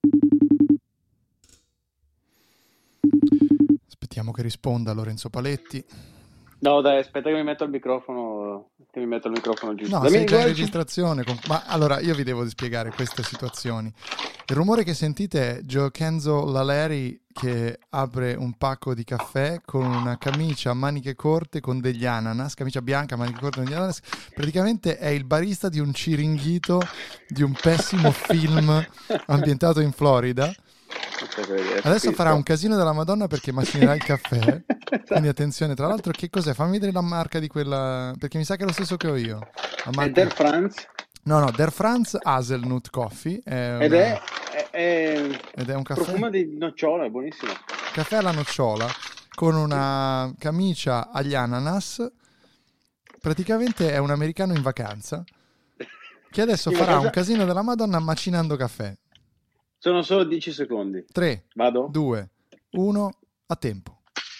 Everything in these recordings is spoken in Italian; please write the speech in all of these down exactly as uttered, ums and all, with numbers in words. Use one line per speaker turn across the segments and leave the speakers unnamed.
Aspettiamo che risponda Lorenzo Paletti.
No, dai, aspetta che mi metto il microfono, che mi metto il microfono giusto.
No,
Dammi
sei già in
guarda-
registrazione. con- Ma allora, io vi devo spiegare queste situazioni. Il rumore che sentite è Giokenzo Laleri che apre un pacco di caffè con una camicia a maniche corte con degli ananas, camicia bianca a maniche corte con degli ananas. Praticamente è il barista di un ciringhito di un pessimo film ambientato in Florida.
Aspetta, vedere,
Adesso
qui
farà
sto.
un casino della Madonna perché macinerà il caffè. Quindi attenzione, tra l'altro che cos'è? Fammi vedere la marca di quella, perché mi sa che è lo stesso che ho io. La
È
marca-
Der Franz
No, no, Der Franz Hazelnut Coffee è
ed
una-
è, è, è
ed è un caffè,
profuma di nocciola, è buonissimo.
caffè alla nocciola con una camicia agli ananas. Praticamente è un americano in vacanza che adesso
In
farà
vacanza-
un casino della Madonna macinando caffè.
Sono solo dieci secondi.
tre,
Vado?
due, uno, a tempo.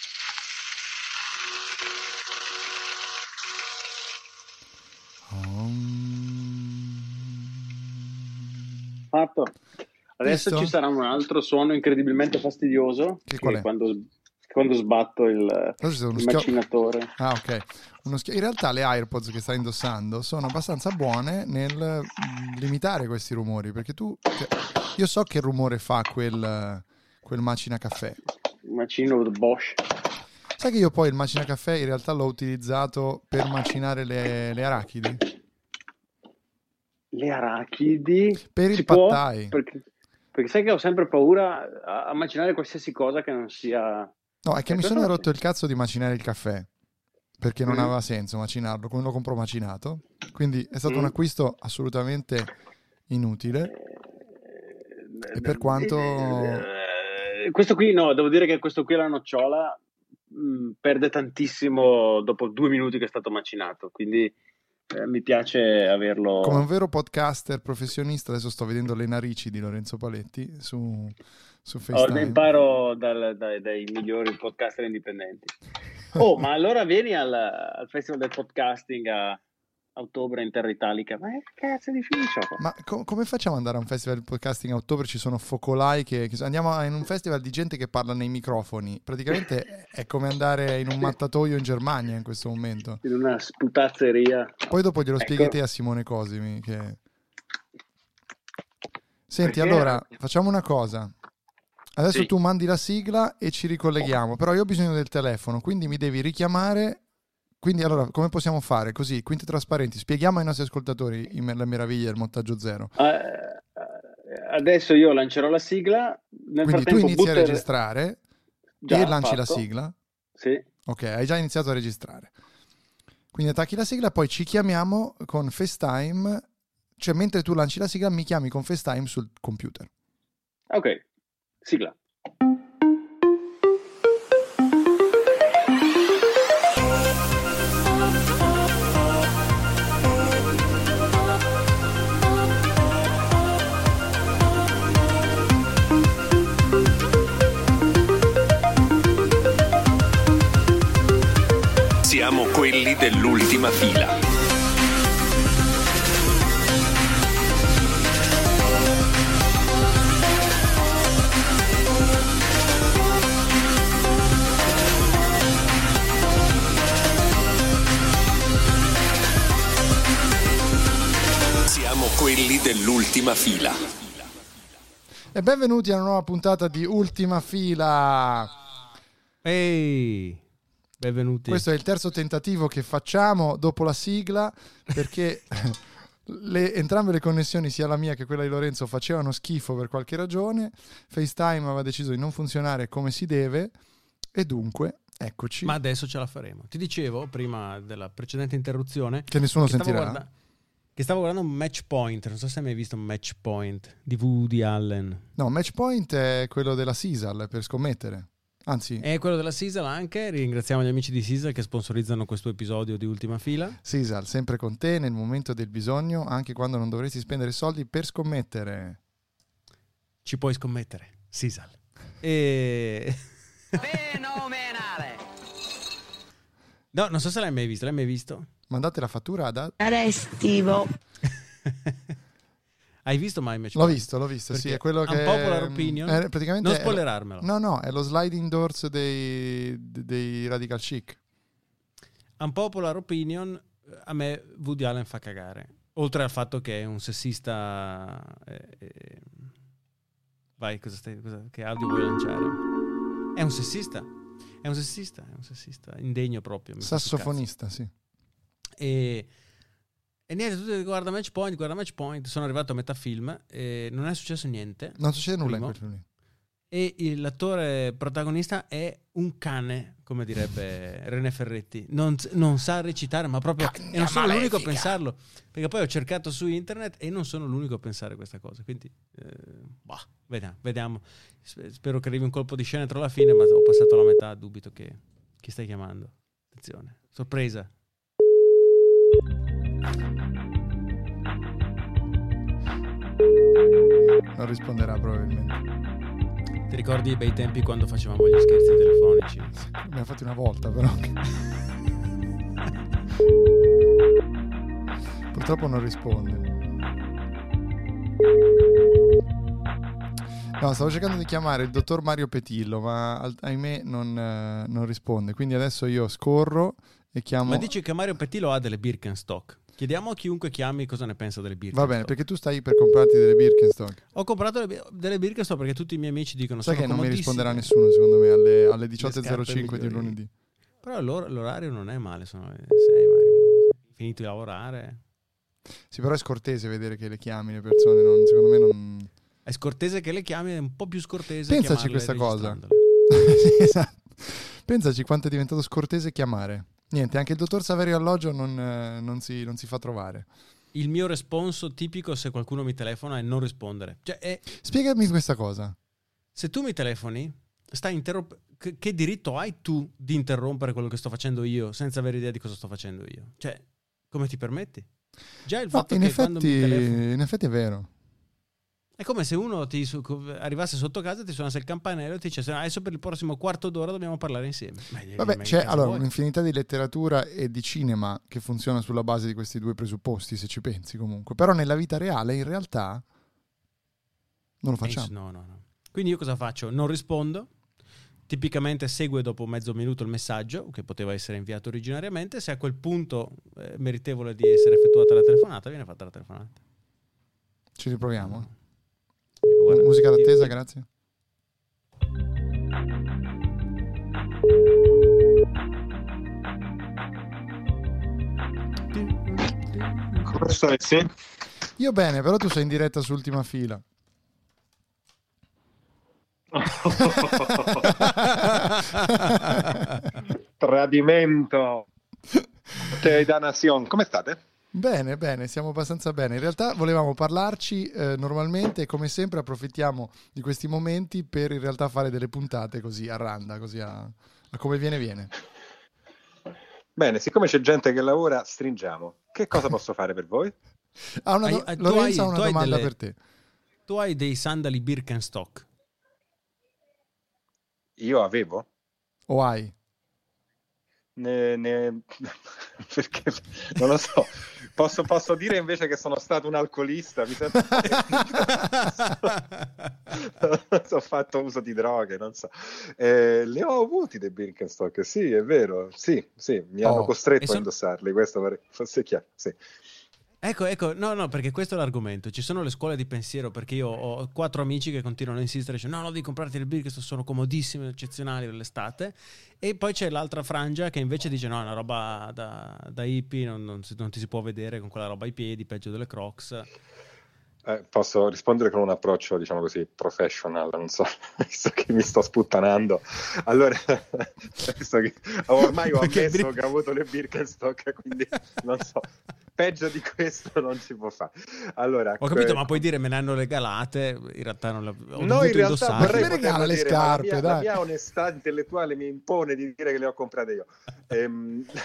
Fatto. Adesso
Visto?
ci sarà un altro suono incredibilmente fastidioso
Che
che
qual è?
quando, quando sbatto il,
Adesso c'è uno
il
schio-
macinatore.
Ah, ok. Uno schio- In realtà le AirPods che stai indossando sono abbastanza buone nel mm, limitare questi rumori, perché tu... cioè, io so che rumore fa quel, quel macina caffè.
Il macino Bosch.
Sai che io poi il macina caffè in realtà l'ho utilizzato per macinare le, le arachidi?
Le arachidi.
Per il
Si
pad
può?
thai.
Perché, perché sai che ho sempre paura a, a macinare qualsiasi cosa che non sia...
No, è che
Eh,
mi
questo
sono
sì.
rotto il cazzo di macinare il caffè, perché non
Mm.
aveva senso macinarlo, come lo compro macinato. Quindi è stato
Mm.
un acquisto assolutamente inutile. E per quanto...
Eh, questo qui no, devo dire che questo qui la nocciola mh, perde tantissimo dopo due minuti che è stato macinato, quindi eh, mi piace averlo.
Come un vero podcaster professionista, adesso sto vedendo le narici di Lorenzo Paletti su, su
Oh,
FaceTime.
imparo dal- dai, dai migliori podcaster indipendenti. Oh, ma allora vieni al, al Festival del Podcasting a, a ottobre in Terra Italica. Ma che cazzo di film c'ho qua?
Ma co- come facciamo ad andare a un festival di podcasting a ottobre? Ci sono focolai che, che- andiamo a- in un festival di gente che parla nei microfoni. Praticamente è come andare in un mattatoio in Germania in questo momento.
In una sputazzeria.
Poi dopo glielo
Ecco.
spieghi te a Simone Cosimi. Che... Senti,
Perché-
allora facciamo una cosa. Adesso
Sì.
tu mandi la sigla e ci ricolleghiamo. Però io ho bisogno del telefono, quindi mi devi richiamare. Quindi allora, come possiamo fare? Così, quinte trasparenti. Spieghiamo ai nostri ascoltatori i- le meraviglie del montaggio zero.
Eh, adesso io lancerò la sigla. Nel
Quindi tu
frattempo
inizi a
Butter-
registrare
Già,
e lanci la
fatto.
sigla.
Sì.
Ok, hai già iniziato a registrare. Quindi attacchi la sigla, poi ci chiamiamo con FaceTime. Cioè, mentre tu lanci la sigla, mi chiami con FaceTime sul computer.
Ok, sigla.
Siamo quelli dell'ultima fila. Siamo quelli dell'ultima fila.
E benvenuti a una nuova puntata di Ultima Fila.
Ehi, benvenuti.
Questo è il terzo tentativo che facciamo dopo la sigla, perché le, entrambe le connessioni, sia la mia che quella di Lorenzo, facevano schifo per qualche ragione. FaceTime aveva deciso di non funzionare come si deve e dunque eccoci.
Ma adesso ce la faremo. Ti dicevo prima della precedente interruzione
Che nessuno
che stavo,
sentirà.
guarda- che stavo guardando Match Point. Non so se hai mai visto Match Point di Woody Allen.
No, Match Point è quello della Sisal per scommettere. Anzi,
È quello della Sisal anche. Ringraziamo gli amici di Sisal che sponsorizzano questo episodio di Ultima Fila.
Sisal, sempre con te nel momento del bisogno, anche quando non dovresti spendere soldi per scommettere.
Ci puoi scommettere, Sisal. E...
Fenomenale!
No, non so se l'hai mai visto. L'hai mai visto?
Mandate la fattura ad...
Era estivo.
Hai visto mai Match
L'ho
Point?
visto, l'ho visto,
Perché
sì, è quello che...
Unpopular opinion,
è praticamente
non
è-
spoilerarmelo.
No, no, è lo sliding doors dei, dei Radical Chic.
Unpopular opinion, a me Woody Allen fa cagare. Oltre al fatto che è un sessista... eh, eh, vai, cosa stai, cosa, che audio vuoi lanciare? È un sessista. È un sessista, è un sessista. Indegno proprio. mi fa sul
Sassofonista, sì.
cazzo. E... E niente, tu dici, guarda Match Point, guarda Match Point. Sono arrivato a metà film e non è successo niente.
Non succede nulla
Primo.
in quel film lì.
E il- l'attore protagonista è un cane, come direbbe René Ferretti. Non, non sa recitare, ma proprio... e non sono l'unico a pensarlo. Perché poi ho cercato su internet e non sono l'unico a pensare questa cosa. Quindi, eh, bah, vediamo, vediamo. S- Spero che arrivi un colpo di scena entro la fine, ma ho passato la metà, dubito che... Chi stai chiamando? Attenzione. Sorpresa.
Non risponderà probabilmente.
Ti ricordi i bei tempi quando facevamo gli scherzi telefonici?
Ne ha fatti una volta, però. Purtroppo non risponde. No, stavo cercando di chiamare il dottor Mario Petillo, ma al- ahimè non, eh, non risponde. Quindi adesso io scorro e chiamo...
Ma dici che Mario Petillo ha delle Birkenstock. Chiediamo a chiunque chiami cosa ne pensa delle Birkenstock.
Va bene, perché tu stai per comprarti delle Birkenstock.
Ho comprato le- delle Birkenstock perché tutti i miei amici dicono
Sai
sono
che non mi
comodissime.
risponderà nessuno, secondo me, alle, alle diciotto e zero
scarpe
cinque di
migliori.
lunedì.
Però l'or- l'orario non è male, sono le sei, magari uno- finito di lavorare.
Sì, però è scortese vedere che le chiami le persone, non- secondo me non...
È scortese che le chiami, è un po' più scortese
Pensaci
chiamarle
questa cosa.
registrandole.
Sì, esatto. Pensaci quanto è diventato scortese chiamare. Niente, anche il dottor Saverio Alloggio non, eh, non si, non si fa trovare.
Il mio responso tipico se qualcuno mi telefona è non rispondere. Cioè, è,
Spiegami questa cosa.
se tu mi telefoni, stai interromp- che, che diritto hai tu di interrompere quello che sto facendo io senza avere idea di cosa sto facendo io? Cioè, come ti permetti? Già il
No,
fatto
in,
che quando mi
effetti,
telefoni...
in effetti è vero.
È come se uno ti su- arrivasse sotto casa, ti suonasse il campanello e ti dicesse adesso per il prossimo quarto d'ora dobbiamo parlare insieme. Ma-
Vabbè,
ma che
c'è
cazzo
allora
vuoi?
un'infinità di letteratura e di cinema che funziona sulla base di questi due presupposti, se ci pensi comunque. Però nella vita reale, in realtà, non lo facciamo.
No, no, no. Quindi io cosa faccio? Non rispondo. Tipicamente segue dopo mezzo minuto il messaggio che poteva essere inviato originariamente. Se a quel punto è meritevole di essere effettuata la telefonata, viene fatta la telefonata.
Ci riproviamo?
Guarda,
Musica
ti-
d'attesa,
ti-
grazie.
Come stai? Sì?
Io bene, però tu sei in diretta su Ultima Fila.
Tradimento. Te da Nación. Come state?
Bene, bene, siamo abbastanza bene. In realtà volevamo parlarci eh, normalmente e come sempre approfittiamo di questi momenti per in realtà fare delle puntate così a randa, così a, a come viene viene.
Bene, siccome c'è gente che lavora, stringiamo. Che cosa posso fare per voi?
Ha una do-
Hai- tu
Lorenzo
hai-
ha una
tu hai
domanda
delle-
per te.
Tu hai dei sandali Birkenstock.
Io avevo?
O hai?
Ne, ne... Perché non lo so. Posso, posso dire invece che sono stato un alcolista. Mi sento... ho fatto uso di droghe, non so. Eh, li ho avuti dei Birkenstock, sì, è vero. Sì, sì, mi hanno
Oh.
costretto
E son-
a indossarli. Questo pare fosse chiaro. Sì.
Ecco, ecco, no, no, perché questo è l'argomento. Ci sono le scuole di pensiero, perché io ho quattro amici che continuano a insistere, dicono, no, no, devi comprarti le Birkenstock, sono comodissime, eccezionali per l'estate. E poi c'è l'altra frangia che invece dice, no, è una roba da, da hippie, non, non si- non ti si può vedere con quella roba ai piedi, peggio delle Crocs.
Eh, posso rispondere con un approccio, diciamo così, professional, non so, visto che mi sto sputtanando. Allora, visto che ormai ho
Perché
ammesso
Bir-
che ho avuto le Birkenstock, quindi non so, peggio di questo non si può fare. Allora,
Ho capito,
que-
ma puoi dire me ne hanno regalate, in realtà non le ho
No,
dovuto
in realtà
indossare.
vorrei
Ma chi mi regala
poterlo
le
dire, ma
scarpe,
la mia,
dai?
la mia onestà intellettuale mi impone di dire che le ho comprate io. Ehm,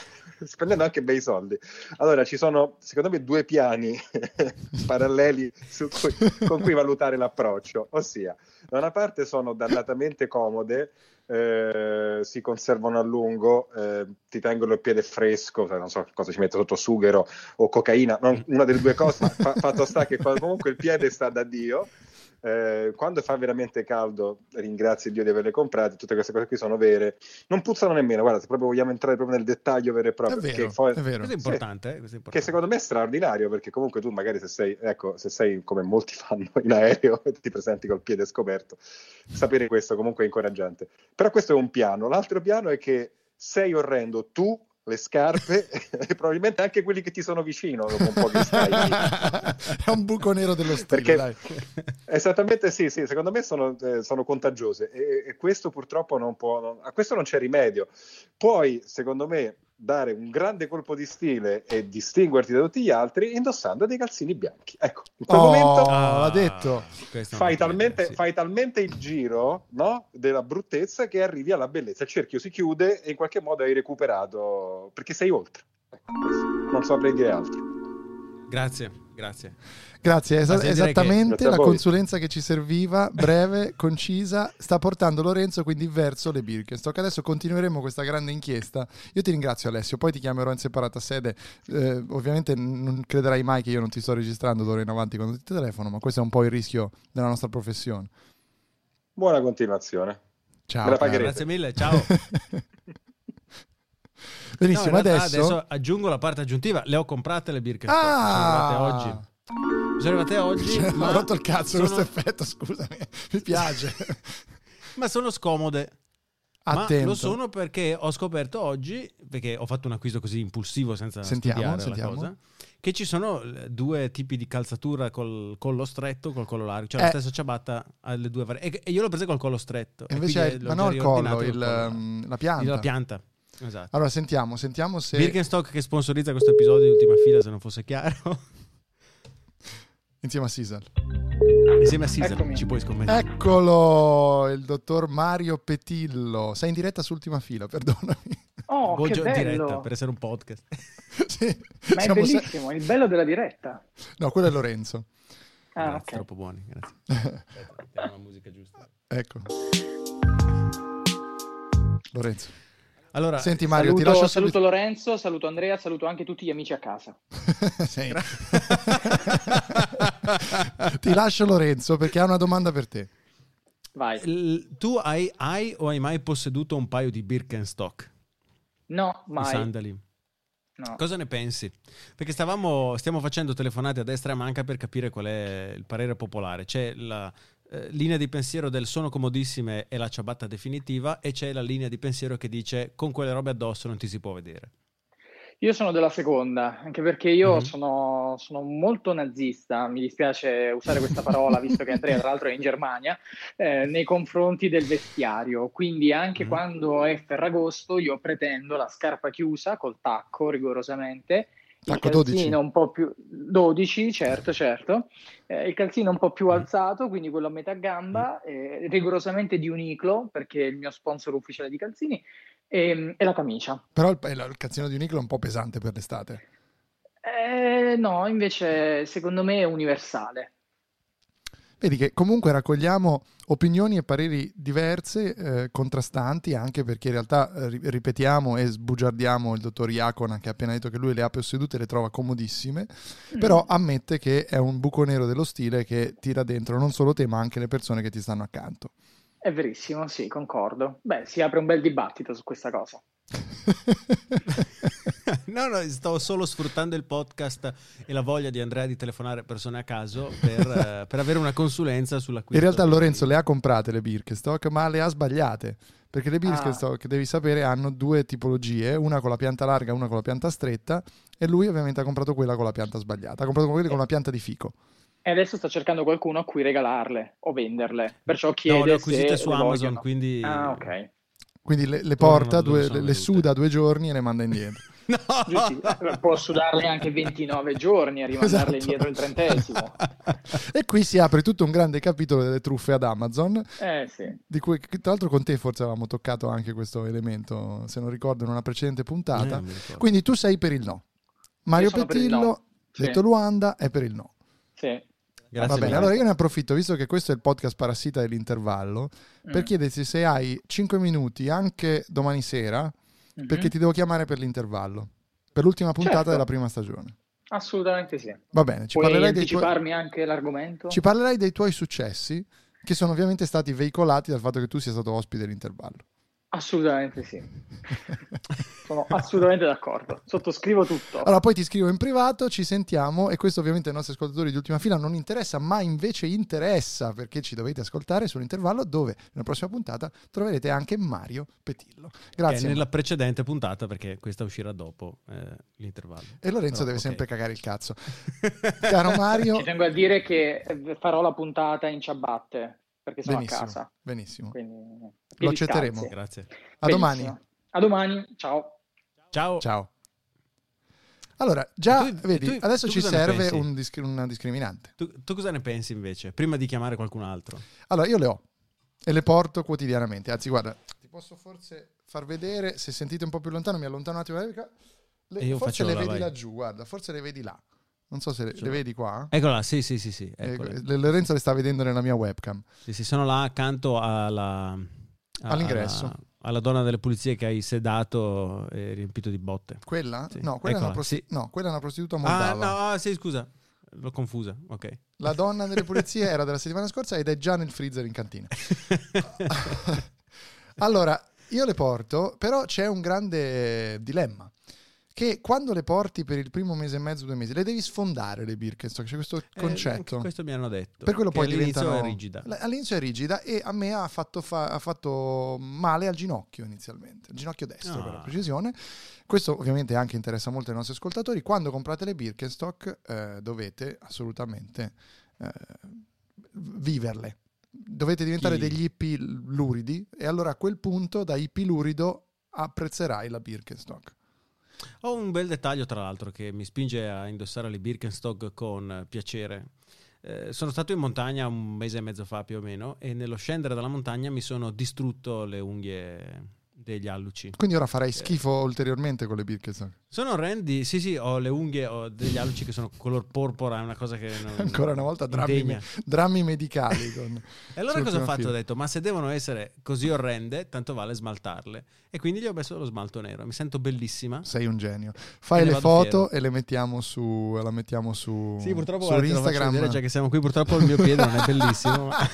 spendendo anche bei soldi. Allora, ci sono, secondo me, due piani paralleli su cui, con cui valutare l'approccio. Ossia, da una parte sono dannatamente comode, eh, si conservano a lungo, eh, ti tengono il piede fresco, non so cosa ci metto sotto, sughero o cocaina, non, una delle due cose, ma fa, fatto sta che comunque il piede sta da Dio. Eh, quando fa veramente caldo, ringrazio Dio di averle comprate, tutte queste cose qui sono vere, non puzzano nemmeno, guarda, se proprio vogliamo entrare proprio nel dettaglio vero e proprio,
È vero,
perché poi,
è vero.
Questo è importante, eh? Questo è importante.
che secondo me è straordinario, perché comunque tu magari se sei, ecco, se sei come molti fanno in aereo e ti presenti col piede scoperto, sapere questo comunque è incoraggiante. Però questo è un piano. L'altro piano è che sei orrendo tu, le scarpe e probabilmente anche quelli che ti sono vicino dopo un po' che stai lì.
È un buco nero dello stile,
Perché
dai.
Esattamente, sì, sì, secondo me sono, eh, sono contagiose e, e questo purtroppo non può, non, a questo non c'è rimedio. Puoi, secondo me, dare un grande colpo di stile e distinguerti da tutti gli altri indossando dei calzini bianchi. Ecco, in quel
Oh,
momento
l'ha detto.
Questo
fai
non
talmente,
sì.
fai talmente il giro, no, della bruttezza che arrivi alla bellezza. Il cerchio si chiude e in qualche modo hai recuperato, perché sei oltre. Ecco, questo. Non saprei dire altro.
Grazie, grazie.
Grazie, es-
Ma direi
esattamente
Grazie a
la
voi.
consulenza che ci serviva, breve, concisa, sta portando Lorenzo quindi verso le Birkenstock. Adesso continueremo questa grande inchiesta. Io ti ringrazio Alessio, poi ti chiamerò in separata sede. Eh, ovviamente non crederai mai che io non ti sto registrando d'ora in avanti quando ti telefono, ma questo è un po' il rischio della nostra professione.
Buona continuazione.
Ciao.
Me la
caro.
pagherete.
Grazie mille, ciao.
Benissimo,
No, in realtà
adesso...
adesso aggiungo la parte aggiuntiva. Le ho comprate le Birkenstock.
Ah!
Sono arrivate oggi. Sono arrivate oggi.
Cioè,
ma
ho rotto il cazzo
sono...
questo effetto, scusami, mi piace.
ma sono scomode.
Attento.
Ma lo sono perché ho scoperto oggi, perché ho fatto un acquisto così impulsivo senza
Sentiamo,
studiare
sentiamo.
la cosa, che ci sono due tipi di calzatura col collo stretto, col collo largo, cioè
Eh.
la stessa ciabatta alle due vari- e, e io l'ho presa col collo stretto.
E
e
invece
quindi
è-
l'ho
ma
già
no il collo,
riordinato
il,
col collo-
um, la pianta.
la pianta. Esatto.
Allora sentiamo, sentiamo se...
Birkenstock che sponsorizza questo episodio di Ultima Fila, se non fosse chiaro.
Insieme a Sisal.
Insieme a Caesar,
Eccomi.
ci puoi scommettere.
Eccolo, il dottor Mario Petillo. Sei in diretta su Ultima Fila, perdonami.
Oh, che
Voglio
bello!
diretta per essere un podcast.
Sì,
Ma è
siamo se-
bellissimo, è il bello della diretta.
No, quello è Lorenzo.
Ah,
Grazie,
ok.
troppo buoni, grazie. Aspetta, mettiamo la musica giusta.
Ecco. Lorenzo.
Allora,
Senti Mario,
saluto,
ti lascio
saluto
subito...
Lorenzo, saluto Andrea, saluto anche tutti gli amici a casa.
Sì. Ti lascio Lorenzo perché ha una domanda per te.
Vai.
l- tu hai, hai o hai mai posseduto un paio di Birkenstock?
No,
Di
mai.
sandali?
No.
Cosa ne pensi? Perché stavamo, stiamo facendo telefonate a destra e a manca per capire qual è il parere popolare. C'è la eh, linea di pensiero del sono comodissime e la ciabatta definitiva, e c'è la linea di pensiero che dice con quelle robe addosso non ti si può vedere.
Io sono della seconda, anche perché io
Mhm.
sono, sono molto nazista, mi dispiace usare questa parola, visto che Andrea tra l'altro è in Germania, eh, nei confronti del vestiario. Quindi anche
Mhm.
quando è Ferragosto io pretendo la scarpa chiusa col tacco rigorosamente, il
Tacco
calzino
dodici.
un po' più dodici, certo, certo, eh, il calzino un po' più
Mhm.
alzato, quindi quello a metà gamba, eh, rigorosamente di Uniqlo, perché è il mio sponsor ufficiale di calzini, e, e la camicia.
Però il, il, il calzino di Uniqlo è un po' pesante per l'estate.
Eh, no, invece secondo me è universale.
Vedi che comunque raccogliamo opinioni e pareri diverse, eh, contrastanti, anche perché in realtà eh, ri- ripetiamo e sbugiardiamo il dottor Iacona che ha appena detto che lui le ha possedute e le trova comodissime, però ammette che è un buco nero dello stile che tira dentro non solo te ma anche le persone che ti stanno accanto.
È verissimo, sì, concordo. Beh, si apre un bel dibattito su questa cosa.
No, no, sto solo sfruttando il podcast e la voglia di Andrea di telefonare persone a caso per, eh, per avere una consulenza sull'acquisto.
In realtà
di-
Lorenzo le ha comprate le Birkenstock, ma le ha sbagliate, perché le Birkenstock, devi sapere, hanno due tipologie, una con la pianta larga e una con la pianta stretta, e lui ovviamente ha comprato quella con la pianta sbagliata, ha comprato quelle con la pianta di fico.
E adesso sta cercando qualcuno a cui regalarle o venderle, perciò chiede
No, le ho acquisite
se
su
le
Amazon,
vogliono.
quindi...
Ah, ok.
Quindi le, le
Tornano
porta,
dove
due,
sono
le, le
venute.
suda due giorni e le manda indietro.
No!
Giusti- può sudarle anche ventinove giorni a rimandarle
Esatto.
indietro il trentesimo.
E qui si apre tutto un grande capitolo delle truffe ad Amazon,
Eh sì.
di cui tra l'altro con te forse avevamo toccato anche questo elemento, se non ricordo, in una precedente puntata.
Eh, non mi ricordo.
Quindi tu sei per il no. Mario
sono per il
Petillo,
no. Sì.
detto Luanda, è per il no.
Sì.
Grazie
Va bene,
mille.
allora io ne approfitto, visto che questo è il podcast Parassita dell'intervallo, per
Mm.
chiederti se hai cinque minuti anche domani sera,
Mhm.
perché ti devo chiamare per l'intervallo, per l'ultima puntata
Certo.
della prima stagione.
Assolutamente sì.
Va bene, ci
Puoi
parlerai, dei tuoi,
anticiparmi anche l'argomento?
ci parlerai dei tuoi successi, che sono ovviamente stati veicolati dal fatto che tu sia stato ospite dell'intervallo.
Assolutamente sì. Sono assolutamente d'accordo. Sottoscrivo tutto.
Allora poi ti scrivo in privato, ci sentiamo, e questo ovviamente ai nostri ascoltatori di Ultima Fila non interessa, ma invece interessa, perché ci dovete ascoltare sull'intervallo, dove nella prossima puntata troverete anche Mario Petillo.
Che è
Grazie.
nella precedente puntata, perché questa uscirà dopo eh, l'intervallo.
E Lorenzo
Però,
deve
ok.
sempre cagare il cazzo. Caro Mario,
Ci tengo a dire che eh, farò la puntata in ciabatte perché sono
benissimo,
a casa.
benissimo.
Quindi,
Lo
piedi
accetteremo.
scalzi.
Grazie.
A
Benissimo.
domani.
A domani. Ciao.
Ciao.
Ciao. Allora, già,
E tu-
vedi,
e tu-
adesso
tu
ci
cosa ne
serve
pensi?
un discri- una discriminante.
Tu, tu cosa ne pensi invece? Prima di chiamare qualcun altro.
Allora, io le ho e le porto quotidianamente. Anzi, guarda, ti posso forse far vedere, se sentite un po' più lontano, mi allontano un attimo. Le,
E io
forse
faccio
le
là,
vedi
vai.
laggiù, guarda, forse le vedi là. Non so se le,
Sono-
le vedi qua.
Eccola, sì, sì, sì, sì.
Eh,
eccole.
le- Lorenzo le sta vedendo nella mia webcam.
Sì, sì, sono là accanto alla, a-
All'ingresso.
alla, alla donna delle pulizie che hai sedato e riempito di botte.
Quella?
Sì.
No, quella è una
Eccola,
prosti-
sì.
no, quella è una prostituta
Ah,
moldava.
no, ah, sì, scusa. L'ho confusa. Ok.
La donna delle pulizie era della settimana scorsa ed è già nel freezer in cantina. Allora, io le porto, però c'è un grande dilemma. Che quando le porti per il primo mese e mezzo, due mesi, le devi sfondare le Birkenstock, c'è questo
Eh,
concetto.
anche questo mi hanno detto.
Per quello
che
poi
all'inizio
diventano
è rigida.
L- All'inizio è rigida e a me ha fatto, fa- ha fatto male al ginocchio inizialmente, al ginocchio destro
Ah.
per la precisione. Questo ovviamente anche interessa molto ai nostri ascoltatori. Quando comprate le Birkenstock eh, dovete assolutamente eh, viverle. Dovete diventare
Chi?
degli hippie luridi e allora a quel punto da hippie lurido apprezzerai la Birkenstock.
Ho un bel dettaglio, tra l'altro, che mi spinge a indossare le Birkenstock con piacere. Eh, sono stato in montagna un mese e mezzo fa più o meno e nello scendere dalla montagna mi sono distrutto le unghie degli alluci.
Quindi ora farai schifo ulteriormente con le Birkenstock.
Sono orrendi, sì sì, ho le unghie, ho degli alluci che sono color porpora, è una cosa che non,
Ancora una volta drammi,
indegna.
drammi medicali. Con...
E allora cosa ho
sull'ultima
fatto?
fila.
Ho detto, ma se devono essere così orrende, tanto vale smaltarle. E quindi gli ho messo lo smalto nero, mi sento bellissima.
Sei un genio. Fai
E ne
le
vado
foto
fiero.
e le mettiamo su, la mettiamo su,
Sì, purtroppo
su
guarda, te lo faccio
Instagram.
vedere, già che siamo qui, purtroppo il mio piede non è bellissimo. Ma...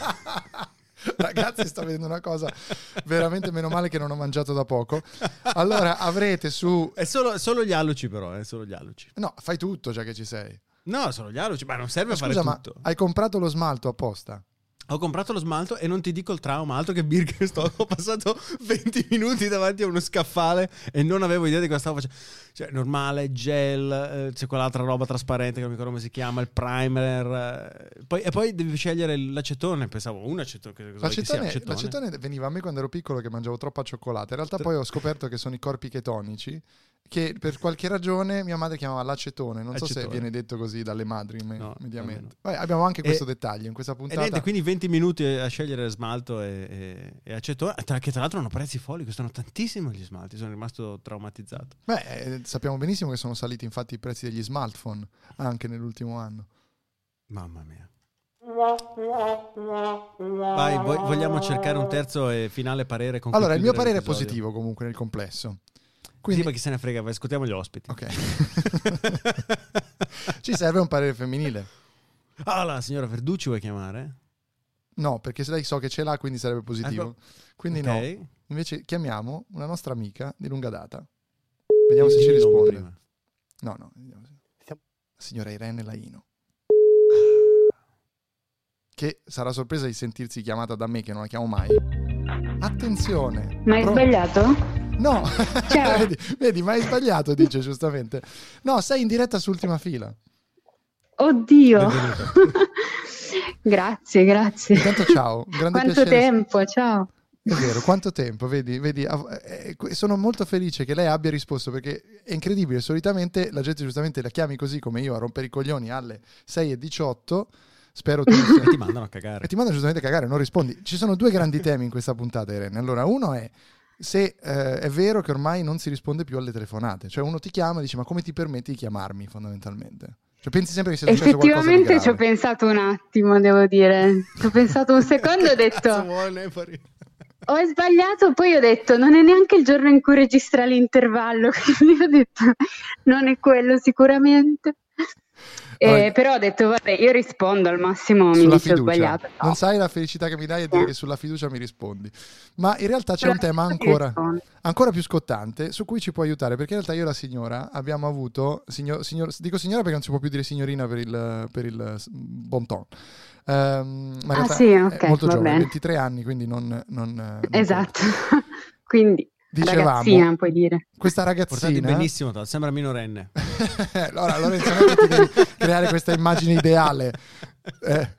Ragazzi, sto vedendo una cosa veramente, meno male che non ho mangiato da poco. Allora avrete su...
È solo, solo gli alluci però, è solo gli alluci.
No, fai tutto già che ci sei.
No, sono gli alluci, ma non serve
Ma
fare
scusa, ma
tutto.
hai comprato lo smalto apposta?
Ho comprato lo smalto e non ti dico il trauma, altro che Birkenstock. Ho passato venti minuti davanti a uno scaffale e non avevo idea di cosa stavo facendo. Cioè, normale, gel, eh, c'è quell'altra roba trasparente che non mi ricordo come si chiama, il primer. eh, poi, e poi devi scegliere l'acetone. Pensavo, un acetone. Che cosa vuoi che sia?
L'acetone,
Acetone?
l'acetone veniva a me quando ero piccolo che mangiavo troppa cioccolata. In realtà poi ho scoperto che sono i corpi chetonici, che per qualche ragione mia madre chiamava l'acetone. Non so se
Acetone.
viene detto così dalle madri me-
No,
mediamente.
almeno.
Vabbè, abbiamo anche questo
E-
dettaglio in questa
E
puntata.
niente, quindi venti minuti a scegliere smalto e, e, e acetone, tra- che tra l'altro hanno prezzi folli, costano tantissimo gli smalti, sono rimasto traumatizzato.
Beh, eh, sappiamo benissimo che sono saliti infatti i prezzi degli smartphone anche nell'ultimo anno.
Mamma mia. Vai, vo- vogliamo cercare un terzo e finale parere con cui
Allora, il mio
chiudere
parere è
l'episodio?
positivo comunque nel complesso.
Quindi...
Quindi,
Sì, ma chi se ne frega, vai, ascoltiamo gli ospiti.
ok. Ci serve un parere femminile.
Ah, la signora Verducci vuoi chiamare?
No, perché se lei so che ce l'ha, quindi sarebbe positivo. Quindi no.
Ok.
Invece chiamiamo una nostra amica di lunga data. Vediamo se ci
Il nome
risponde.
prima.
No, no. vediamo se- Signora Irene Laino. Che sarà sorpresa di sentirsi chiamata da me, che non la chiamo mai. Attenzione.
Ma hai
Pro-
sbagliato?
No,
Ciao.
vedi, vedi, ma hai sbagliato, dice giustamente. No, sei in diretta su Ultima Fila.
Oddio.
Benvenuta.
Grazie, grazie.
Intanto ciao, un grande
Quanto
piacere.
tempo, ciao.
È vero, quanto tempo, vedi, vedi, eh, sono molto felice che lei abbia risposto, perché è incredibile, solitamente la gente giustamente la chiami così come io a rompere i coglioni alle sei e diciotto, spero tu
e ti mandano a cagare.
E ti mandano giustamente a cagare, non rispondi. Ci sono due grandi temi in questa puntata, Irene. Allora, uno è se eh, è vero che ormai non si risponde più alle telefonate, cioè uno ti chiama e dice ma come ti permetti di chiamarmi fondamentalmente? Cioè pensi sempre che sia successo qualcosa di grave.
Effettivamente ci ho pensato un attimo, devo dire. Ci ho pensato un secondo e ho detto ho sbagliato, poi ho detto non è neanche il giorno in cui registra l'intervallo, quindi ho detto non è quello sicuramente. Eh, però ho detto vabbè, io rispondo al massimo, mi dice ho sbagliato.
No. Non sai la felicità che mi dai a dire che sulla fiducia mi rispondi. Ma in realtà c'è un tema ancora, ancora più scottante su cui ci può aiutare, perché in realtà io e la signora abbiamo avuto signor, signor, dico signora perché non si può più dire signorina per il, per il bon ton. Um, ma in realtà
ah, sì, okay,
è molto giovane,
bene.
ventitré anni, quindi non, non, non
esatto. Quindi
dicevamo,
ragazzina puoi dire.
Questa ragazzina
portati benissimo, sembra minorenne.
Allora Lorenzo, non è che ti devi creare questa immagine ideale. eh.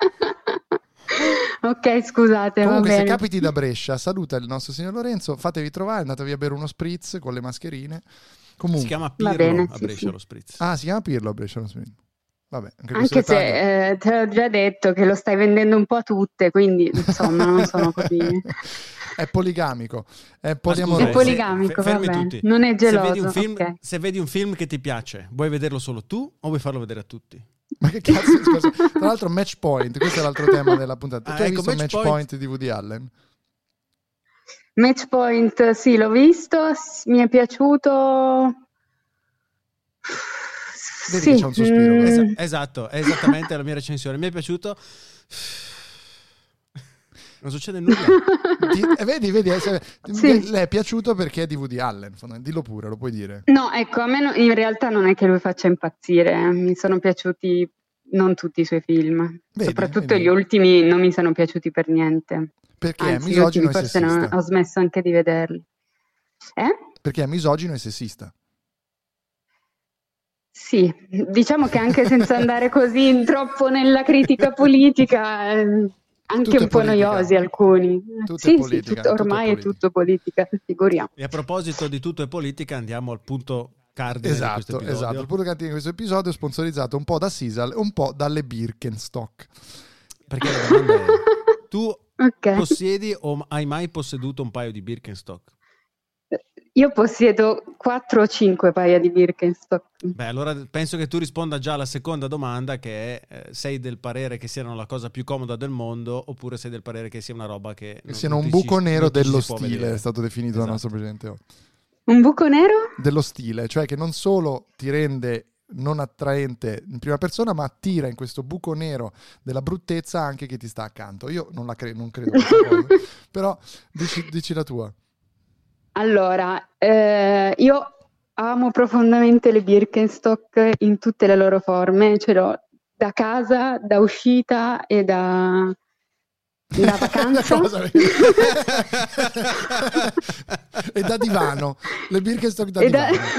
Ok, scusate.
Comunque
va
se
bene.
capiti da Brescia, saluta il nostro signor Lorenzo, fatevi trovare, andatevi a bere uno spritz con le mascherine. Comunque
si chiama Pirlo
bene,
a
sì,
Brescia
sì.
lo spritz.
ah si chiama Pirlo a Brescia lo spritz. Vabbè, anche,
anche se eh, te l'ho già detto che lo stai vendendo un po' a tutte, quindi insomma non sono così.
È poligamico, è
È
poliamoroso.
poligammico,
Fermi
vabbè.
tutti.
Non è geloso.
Se vedi, un film,
okay.
se vedi un film che ti piace, vuoi vederlo solo tu o vuoi farlo vedere a tutti?
Ma che cazzo, scusa. Tra l'altro Match Point, questo è l'altro tema della puntata.
Ah,
tu hai
ecco,
visto Match,
Match
Point.
Point
di Woody Allen?
Match Point, sì, l'ho visto, mi è piaciuto.
Vedi
sì.
che c'è un sospiro.
Mm.
Esa- esatto, è esattamente la mia recensione. Mi è piaciuto. Non succede nulla.
Ti, eh, vedi, vedi, eh, se,
Sì.
le è piaciuto perché è di Woody Allen. Dillo pure, lo puoi dire.
No, ecco, a me no- in realtà non è che lui faccia impazzire, eh. Mi sono piaciuti non tutti i suoi film,
Vedi,
soprattutto
vedi.
gli ultimi non mi sono piaciuti per niente.
Perché è
Anzi, gli
misogino
ultimi
e
forse non,
sessista.
ho smesso anche di vederli. Eh?
Perché è misogino e sessista.
Sì, diciamo che anche senza andare così troppo nella critica politica, eh, anche
Tutto è
un po'
politica.
noiosi alcuni.
Tutto è
sì, sì,
politica,
tutto-
tutto è
ormai è
politica.
tutto politica, figuriamo.
E a proposito di tutto e politica, andiamo al punto cardine di questo
Esatto,
episodio.
esatto. Il punto cardine di questo episodio è sponsorizzato un po' da Sisal e un po' dalle Birkenstock.
Perché la domanda è: tu
Ok.
possiedi o hai mai posseduto un paio di Birkenstock?
Io possiedo quattro o cinque paia di Birkenstock.
Beh, allora penso che tu risponda già alla seconda domanda, che è: eh, sei del parere che siano la cosa più comoda del mondo, oppure sei del parere che sia una roba che
Che
non-
siano
non
un
ti ci-
buco nero
non ti ci
dello
si può
stile,
vedere?
è stato definito dal
Esatto.
nostro presidente. Oh.
Un buco nero?
Dello stile, cioè che non solo ti rende non attraente in prima persona, ma attira in questo buco nero della bruttezza anche chi ti sta accanto. Io non la cre- non credo questa cosa, però dici, dici la tua.
Allora, eh, io amo profondamente le Birkenstock in tutte le loro forme, ce l'ho da casa, da uscita e da, da vacanza.
Cosa? E da divano, le Birkenstock da
E, da-
divano.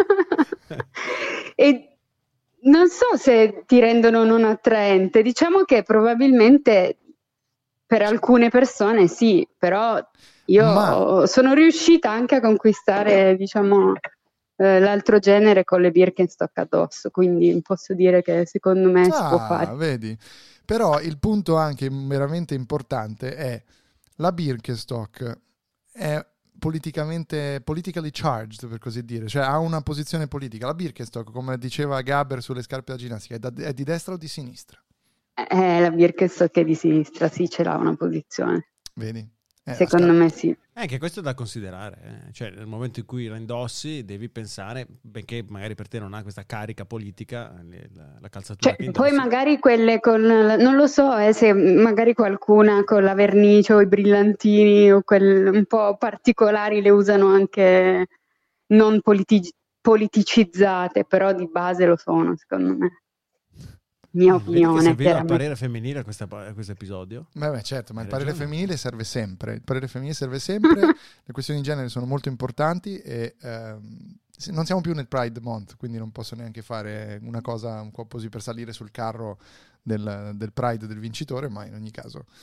e non so se ti rendono non attraente, diciamo che probabilmente per alcune persone sì, però io
Ma-
sono riuscita anche a conquistare, diciamo, eh, l'altro genere con le Birkenstock addosso, quindi posso dire che secondo me si può
Ah,
fare.
vedi. Però il punto anche veramente importante è la Birkenstock è politicamente politically charged, per così dire, cioè ha una posizione politica. La Birkenstock, come diceva Gaber sulle scarpe da ginnastica, è, da- è di destra o di sinistra?
Eh, la Birkenstock è di sinistra, sì, ce l'ha una posizione.
Vedi? Eh,
Secondo
la scar-
me sì.
Eh, Anche questo è da considerare, eh. Cioè nel momento in cui la indossi devi pensare, benché magari per te non ha questa carica politica, le- la, la calzatura
Cioè,
che
poi
indossi.
magari quelle con, non lo so, eh, se magari qualcuna con la vernice o i brillantini o quel, un po' particolari le usano anche non politi- politicizzate, però di base lo sono, secondo me. Mia
Vedi che
opinione,
serviva il
chiaramente.
parere femminile a, questa- a questo episodio?
Beh, beh, certo, ma
Hai
il parere
ragione.
femminile serve sempre. Il parere femminile serve sempre. Le questioni di genere sono molto importanti e ehm, se- non siamo più nel Pride Month, quindi non posso neanche fare una cosa un po' così per salire sul carro del, del Pride del vincitore, ma in ogni caso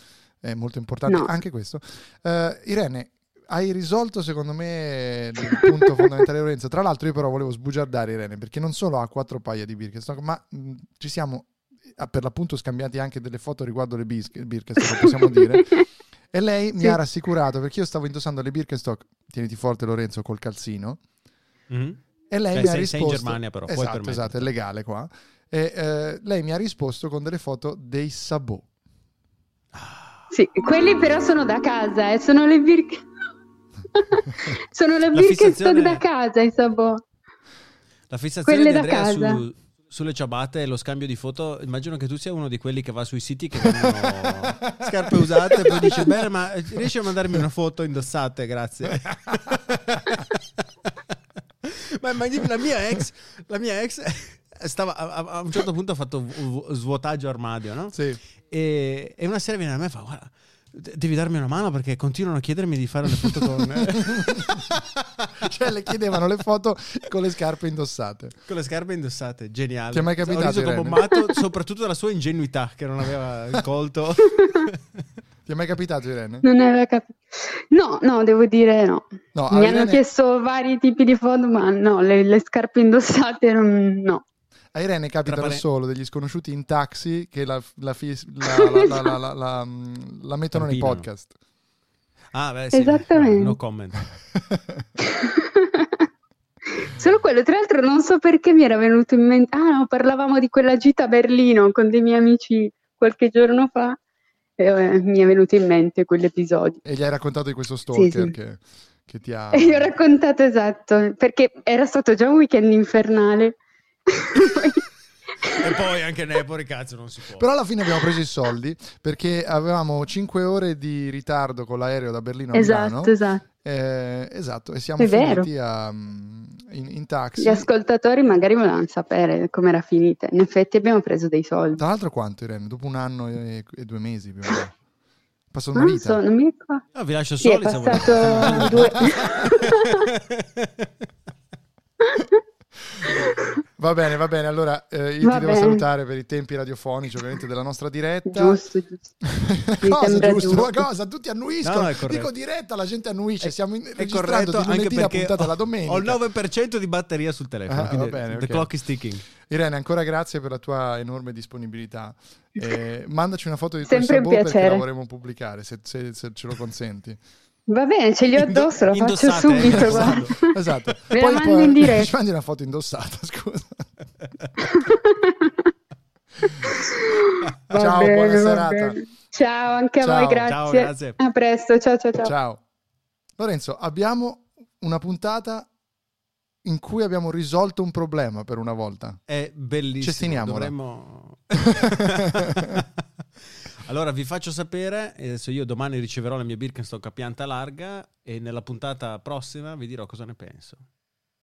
è molto importante
No.
anche questo. Uh, Irene, hai risolto secondo me il punto fondamentale di Lorenzo. Tra l'altro io però volevo sbugiardare Irene, perché non solo ha quattro paia di Birkenstock, ma mh, ci siamo ah, per l'appunto scambiati anche delle foto riguardo le bis- Birkenstock, lo possiamo dire. E lei mi
Sì.
ha rassicurato, perché io stavo indossando le Birkenstock, tieniti forte Lorenzo, col calzino,
Mm-hmm.
e lei
Beh,
mi ha
sei,
risposto...
sei in Germania però, puoi
esatto,
permetterti.
esatto, è legale qua. E eh, lei mi ha risposto con delle foto dei sabot.
Sì, quelli però sono da casa, eh, sono le Birk... sono le
La
Birkenstock
fissazione-
da casa, i sabot.
La fissazione
Quelle
di
da
Andrea
casa.
su, sulle ciabatte e lo scambio di foto, immagino che tu sia uno di quelli che va sui siti che vendono scarpe usate e poi dice bene, ma riesci a mandarmi una foto indossate, grazie. ma immagini la mia ex, la mia ex stava a, a un certo punto ha fatto vu- svuotaggio armadio, no?
Sì.
E, e una sera viene da me e fa guarda, de- devi darmi una mano perché continuano a chiedermi di fare le foto con
Cioè le chiedevano le foto con le scarpe indossate.
con le scarpe indossate, geniale.
Ti è mai capitato,
Ho riso come un
Irene?
matto, soprattutto della sua ingenuità che non aveva colto.
Ti è mai capitato Irene?
Non aveva capito. No, no, devo dire no.
No,
Mi
a
hanno
Irene-
chiesto vari tipi di foto, ma no, le, le scarpe indossate non, no.
A Irene capitano
Tra pare-
solo degli sconosciuti in taxi che la, la, fis- la, la, la, la, la, la, la mettono nei
Tampinano.
podcast.
Ah, beh, sì.
Esattamente.
No comment.
Solo quello, tra l'altro non so perché mi era venuto in mente, ah no, parlavamo di quella gita a Berlino con dei miei amici qualche giorno fa e eh, mi è venuto in mente quell'episodio.
E gli hai raccontato di questo stalker
Sì, sì.
Che, che ti ha...
E io ho raccontato esatto, perché era stato già un weekend infernale.
E poi anche Nepori, cazzo, non si può.
Però alla fine abbiamo preso i soldi perché avevamo cinque ore di ritardo con l'aereo da Berlino a
Esatto,
Milano.
esatto.
Eh, esatto, e siamo
È vero.
finiti a, in, in taxi.
Gli ascoltatori magari volevano sapere com'era finita. In effetti abbiamo preso dei soldi.
Tra l'altro quanto Irene? Dopo un anno e, e due mesi più o meno. Passata una
Non
vita.
so, non mi ricordo.
Ah, vi lascio
Sì, è
soli se volete.
passato due...
Va bene, va bene. Allora eh, io
Va
ti devo
bene.
salutare per i tempi radiofonici ovviamente della nostra diretta.
Giusto, giusto. Mi
cosa
sembra
giusto?
giusto.
Ma cosa? Tutti annuiscono.
No, no, è corretto.
Dico diretta, la gente annuisce.
È-
Siamo in,
È
registrando
corretto
di
anche
lunedì la
perché
puntata
ho,
la domenica.
ho il nove per cento di batteria sul telefono,
Ah,
quindi
va bene,
the
ok.
clock is ticking.
Irene, ancora grazie per la tua enorme disponibilità. Eh, mandaci una foto di tuoi
Sempre un
sabot perché
piacere.
la vorremmo pubblicare, se, se- se ce lo consenti.
Va bene, ce li ho
Indo-
addosso, lo faccio
indossate,
subito.
eh,
guarda.
Esatto.
Me la
Poi,
mandi
poi
in diretta.
ci mandi una foto indossata, scusa.
Va
Ciao,
bene,
buona
va
serata.
bene. Ciao anche a
Ciao.
voi, grazie.
Ciao, grazie.
A presto, ciao ciao ciao.
Ciao. Lorenzo, abbiamo una puntata in cui abbiamo risolto un problema per una volta.
È bellissimo.
Cestiniamola.
Dovremmo... Allora vi faccio sapere, e adesso io domani riceverò la mia Birkenstock a pianta larga e nella puntata prossima vi dirò cosa ne penso.